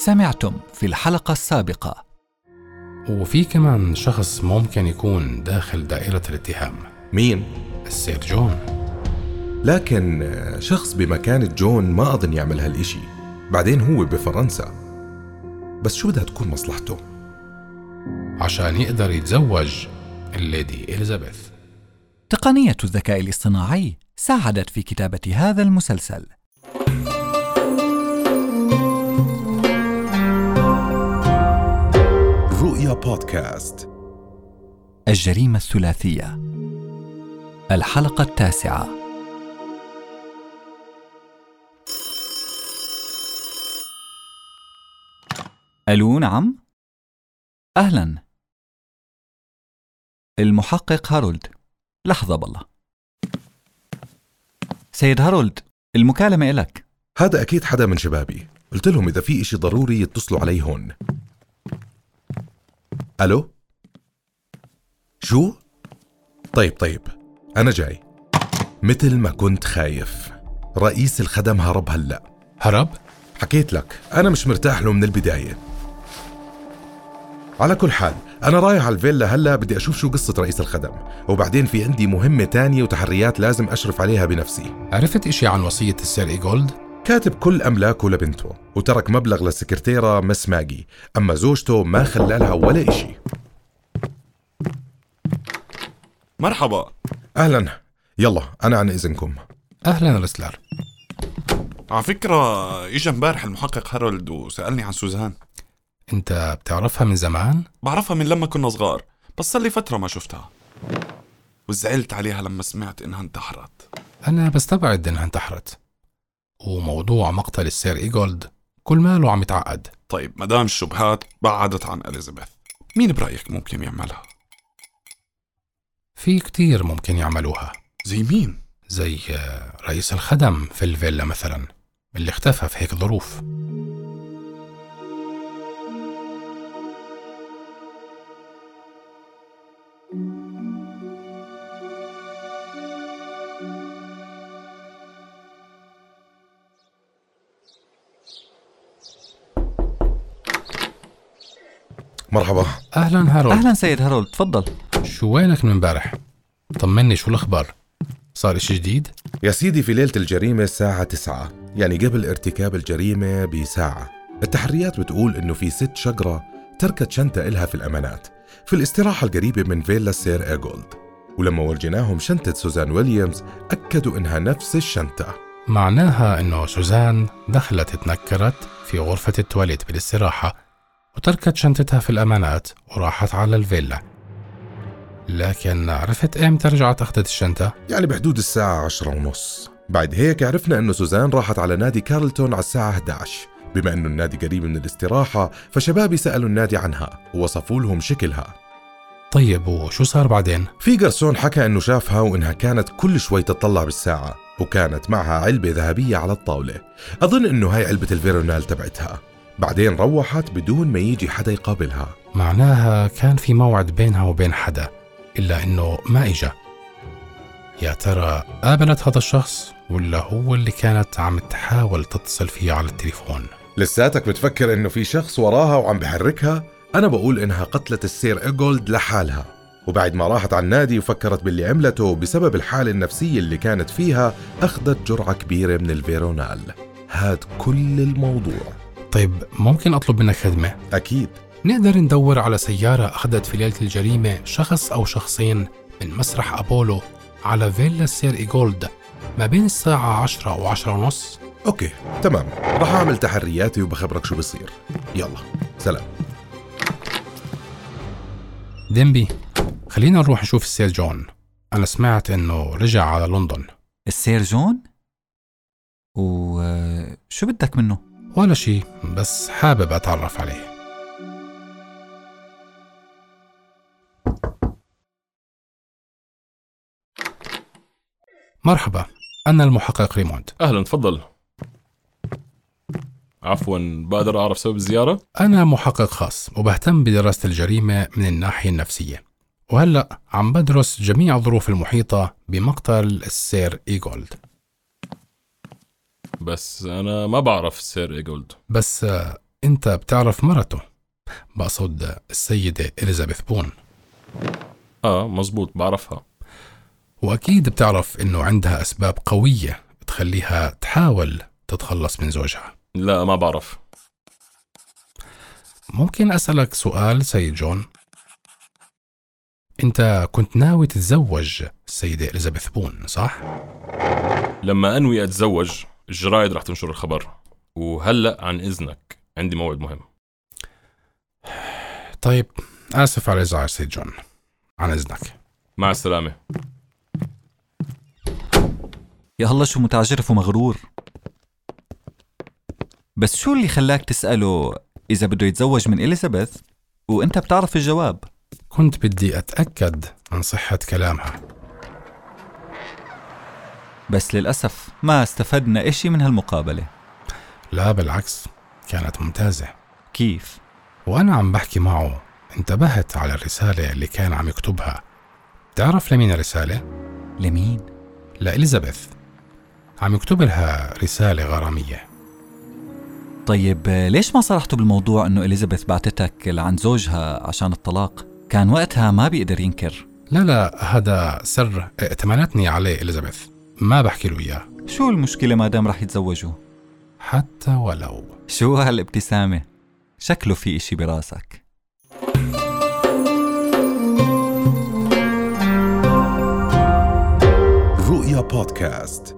سمعتم في الحلقة السابقة. وفي كمان شخص ممكن يكون داخل دائرة الاتهام. مين؟ السير جون. لكن شخص بمكانة جون ما أظن يعمل هالإشي، بعدين هو بفرنسا. بس شو بدها تكون مصلحته؟ عشان يقدر يتزوج الليدي إليزابيث. تقنية الذكاء الاصطناعي ساعدت في كتابة هذا المسلسل. رؤيا بودكاست. الجريمة الثلاثية، الحلقة 9. ألو، نعم؟ أهلا، المحقق هارولد. لحظة بالله. سيد هارولد، المكالمة إلك. هذا أكيد حدا من شبابي، قلت لهم إذا في إشي ضروري يتصلوا علي هون. ألو؟ شو؟ طيب أنا جاي. مثل ما كنت خايف، رئيس الخدم هرب هلأ. هرب؟ حكيت لك أنا مش مرتاح له من البداية. على كل حال أنا رايح على الفيلا هلأ، بدي أشوف شو قصة رئيس الخدم، وبعدين في عندي مهمة تانية وتحريات لازم أشرف عليها بنفسي. عرفت إشي عن وصية السير إيغولد؟ كاتب كل أملاكه لبنته، وترك مبلغ للسكرتيرة مس ماجي، أما زوجته ما خلالها ولا إشي. مرحبا. أهلا، يلا أنا عن إذنكم. أهلا رسلر. على فكرة إجا امبارح المحقق هارولد وسألني عن سوزان. أنت بتعرفها من زمان؟ بعرفها من لما كنا صغار، بس صار لي فترة ما شفتها، وزعلت عليها لما سمعت إنها انتحرت. أنا بستبعد إنها انتحرت، وموضوع مقتل السير إيغولد كل ماله عم يتعقد. طيب مدام الشبهات بعدت عن إليزابيث، مين برأيك ممكن يعملها؟ في كتير ممكن يعملوها. زي مين؟ زي رئيس الخدم في الفيلا مثلا، اللي اختفى في هيك ظروف. مرحبا. أهلا هارولد. أهلا سيد هارولد، تفضل. شو وينك من امبارح؟ طمني، شو الأخبار؟ صار إشي جديد؟ يا سيدي، في ليلة الجريمة الساعة 9، يعني قبل ارتكاب الجريمة بساعة، التحريات بتقول إنه في 6 شقرة تركت شنطة إلها في الأمانات في الاستراحة القريبة من فيلا السير إيغولد، ولما ورجناهم شنطة سوزان ويليامز أكدوا إنها نفس الشنطة. معناها إنه سوزان دخلت اتنكرت في غرفة التواليت بالاستراحة وتركت شنطتها في الأمانات وراحت على الفيلا. لكن عرفت إمتى رجعت أخذت الشنطة؟ يعني بحدود الساعة 10:30. بعد هيك عرفنا إنه سوزان راحت على نادي كارلتون على الساعة 11. بما إنه النادي قريب من الاستراحة، فشبابي سألوا النادي عنها ووصفوا لهم شكلها. طيب وشو صار بعدين؟ في قرصون حكى إنه شافها وإنها كانت كل شوي تطلع بالساعة، وكانت معها علبة ذهبية على الطاولة. أظن إنه هاي علبة الفيرونال تبعتها. بعدين روحت بدون ما يجي حدا يقابلها. معناها كان في موعد بينها وبين حدا، إلا إنه ما إجا. يا ترى قابلت هذا الشخص ولا هو اللي كانت عم تحاول تتصل فيه على التليفون؟ لساتك بتفكر إنه في شخص وراها وعم بحركها؟ أنا بقول إنها قتلت السير إيغولد لحالها، وبعد ما راحت على النادي وفكرت باللي عملته بسبب الحالة النفسية اللي كانت فيها، أخذت جرعة كبيرة من الفيرونال. هاد كل الموضوع. طيب ممكن أطلب منك خدمة؟ أكيد. نقدر ندور على سيارة أخذت في ليلة الجريمة شخص أو شخصين من مسرح أبولو على فيلا السير إيغولد ما بين الساعة 10 و10:30. أوكي تمام، رح أعمل تحرياتي وبخبرك شو بصير. يلا سلام. ديمبي، خلينا نروح نشوف السير جون. أنا سمعت إنه رجع على لندن. السير جون؟ وشو بدك منه؟ ولا شي، بس حابب أتعرف عليه. مرحبا، أنا المحقق ريموند. أهلا، تفضل. عفوا، بقدر أعرف سبب الزيارة؟ أنا محقق خاص وبهتم بدراسة الجريمة من الناحية النفسية، وهلأ عم بدرس جميع الظروف المحيطة بمقتل السير إيغولد. بس أنا ما بعرف السير إيغولد. بس أنت بتعرف مرته، بقصد السيدة إليزابيث بون. مزبوط بعرفها. وأكيد بتعرف إنه عندها أسباب قوية تخليها تحاول تتخلص من زوجها. لا ما بعرف. ممكن أسألك سؤال سيد جون؟ أنت كنت ناوي تتزوج السيدة إليزابيث بون صح؟ لما أنوي أتزوج الجرايد رح تنشر الخبر، وهلأ عن إذنك عندي موعد مهم. طيب آسف على الإزعاج سيد جون، عن إذنك. مع السلامة. يا الله شو متعجرف ومغرور. بس شو اللي خلاك تسأله إذا بده يتزوج من إليزابيث وإنت بتعرف الجواب؟ كنت بدي أتأكد من صحة كلامها. بس للأسف ما استفدنا إشي من هالمقابلة. لا بالعكس، كانت ممتازة. كيف؟ وأنا عم بحكي معه انتبهت على الرسالة اللي كان عم يكتبها. تعرف لمين الرسالة؟ لمين؟ لإليزابيث. عم يكتب لها رسالة غرامية. طيب ليش ما صرحتوا بالموضوع إنه إليزابيث بعتتك لعند زوجها عشان الطلاق؟ كان وقتها ما بيقدر ينكر. لا هذا سر ائتمنتني عليه إليزابيث، ما بحكي له إياه. شو المشكلة ما دام رح يتزوجوا؟ حتى ولو. شو هالابتسامة؟ شكله في إشي براسك. رؤيا بودكاست.